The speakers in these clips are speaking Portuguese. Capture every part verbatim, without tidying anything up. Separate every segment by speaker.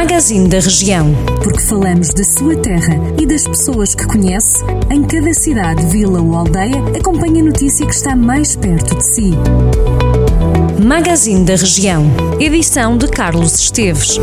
Speaker 1: Magazine da Região.
Speaker 2: Porque falamos da sua terra e das pessoas que conhece, em cada cidade, vila ou aldeia, acompanhe a notícia que está mais perto de si.
Speaker 1: Magazine da Região. Edição de Carlos Esteves.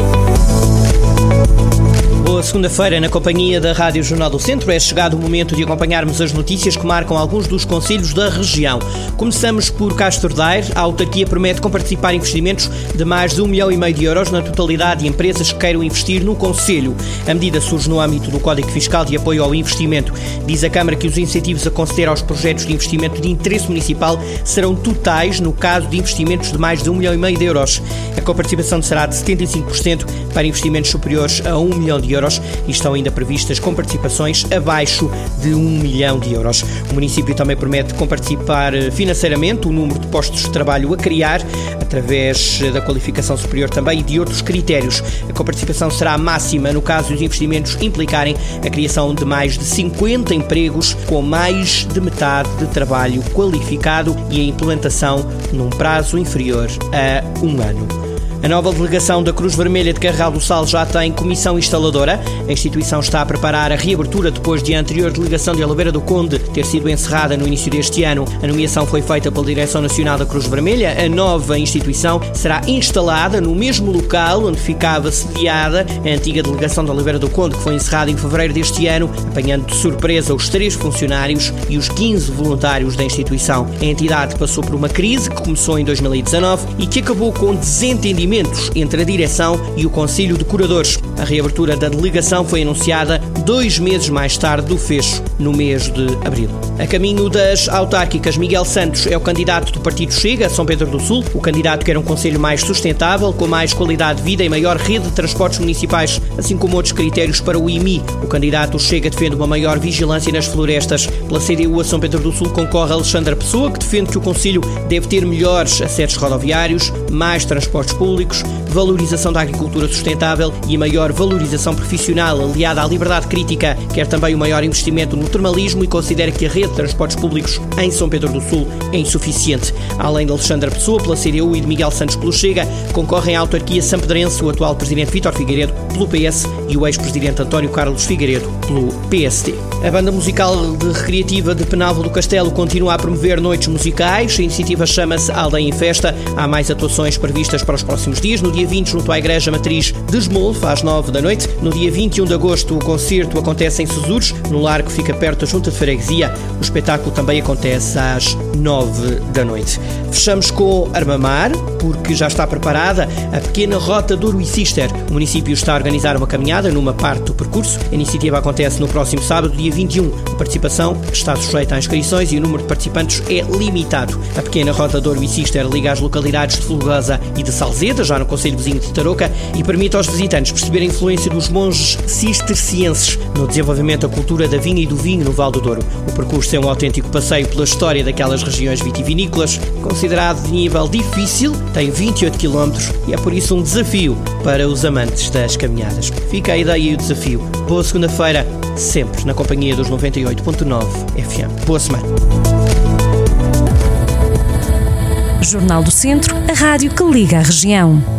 Speaker 3: Boa segunda-feira na companhia da Rádio Jornal do Centro. É chegado o momento de acompanharmos as notícias que marcam alguns dos concelhos da região. Começamos por Castro Daire. A autarquia promete comparticipar investimentos de mais de um milhão e meio de euros na totalidade de empresas que queiram investir no concelho. A medida surge no âmbito do Código Fiscal de Apoio ao Investimento. Diz a Câmara que os incentivos a conceder aos projetos de investimento de interesse municipal serão totais no caso de investimentos de mais de um milhão e meio de euros. A coparticipação será de setenta e cinco por cento para investimentos superiores a um milhão de euros e estão ainda previstas comparticipações abaixo de um milhão de euros. O município também promete comparticipar financeiramente o número de postos de trabalho a criar, através da qualificação superior também e de outros critérios. A coparticipação será máxima no caso dos investimentos implicarem a criação de mais de cinquenta empregos com mais de metade de trabalho qualificado e a implementação num prazo inferior a um ano. A nova delegação da Cruz Vermelha de Carregal do Sal já tem comissão instaladora. A instituição está a preparar a reabertura depois de a anterior delegação de Oliveira do Conde ter sido encerrada no início deste ano. A nomeação foi feita pela Direção Nacional da Cruz Vermelha. A nova instituição será instalada no mesmo local onde ficava sediada a antiga delegação de Oliveira do Conde, que foi encerrada em fevereiro deste ano, apanhando de surpresa os três funcionários e os quinze voluntários da instituição. A entidade passou por uma crise que começou em dois mil e dezanove e que acabou com desentendimento entre a direção e o Conselho de Curadores. A reabertura da delegação foi anunciada dois meses mais tarde do fecho, no mês de abril. A caminho das autárquicas, Miguel Santos é o candidato do Partido Chega a São Pedro do Sul. O candidato quer um concelho mais sustentável, com mais qualidade de vida e maior rede de transportes municipais, assim como outros critérios para o I M I. O candidato Chega defende uma maior vigilância nas florestas. Pela C D U a São Pedro do Sul concorre Alexandra Pessoa, que defende que o concelho deve ter melhores acessos rodoviários, mais transportes públicos, valorização da agricultura sustentável e a maior valorização profissional aliada à liberdade crítica. Quer também o maior investimento no termalismo e considera que a rede de transportes públicos em São Pedro do Sul é insuficiente. Além de Alexandra Pessoa pela C D U e de Miguel Santos pelo Chega, concorrem à autarquia sampedrense o atual presidente Vítor Figueiredo pelo P S e o ex-presidente António Carlos Figueiredo pelo P S D. A banda musical de recreativa de Penalva do Castelo continua a promover noites musicais. A iniciativa chama-se Aldeia em Festa. Há mais atuações previstas para os próximos dias. No dia vinte, junto à Igreja Matriz de Esmolfe, às nove da noite. No dia vinte e um de agosto, o concerto acontece em Sesures, no lar que fica perto da Junta de Freguesia. O espetáculo também acontece às nove da noite. Fechamos com Armamar, porque já está preparada a pequena rota Douro e Cister. O município está a organizar uma caminhada numa parte do percurso. A iniciativa acontece no próximo sábado, dia vinte e um. A participação está sujeita a inscrições e o número de participantes é limitado. A pequena rota Douro e Cister liga as localidades de Folgosa e de Salzeda, já no concelho vizinho de Tarouca, e permite aos visitantes perceber a influência dos monges cistercienses no desenvolvimento da cultura da vinha e do vinho no Val do Douro. O percurso é um autêntico passeio pela história daquelas regiões vitivinícolas, considerado de nível difícil, tem vinte e oito quilómetros e é por isso um desafio para os amantes das caminhadas. Fica a ideia e o desafio. Boa segunda-feira, sempre na companhia dos noventa e oito ponto nove F M. Boa semana.
Speaker 1: Jornal do Centro, a rádio que liga a região.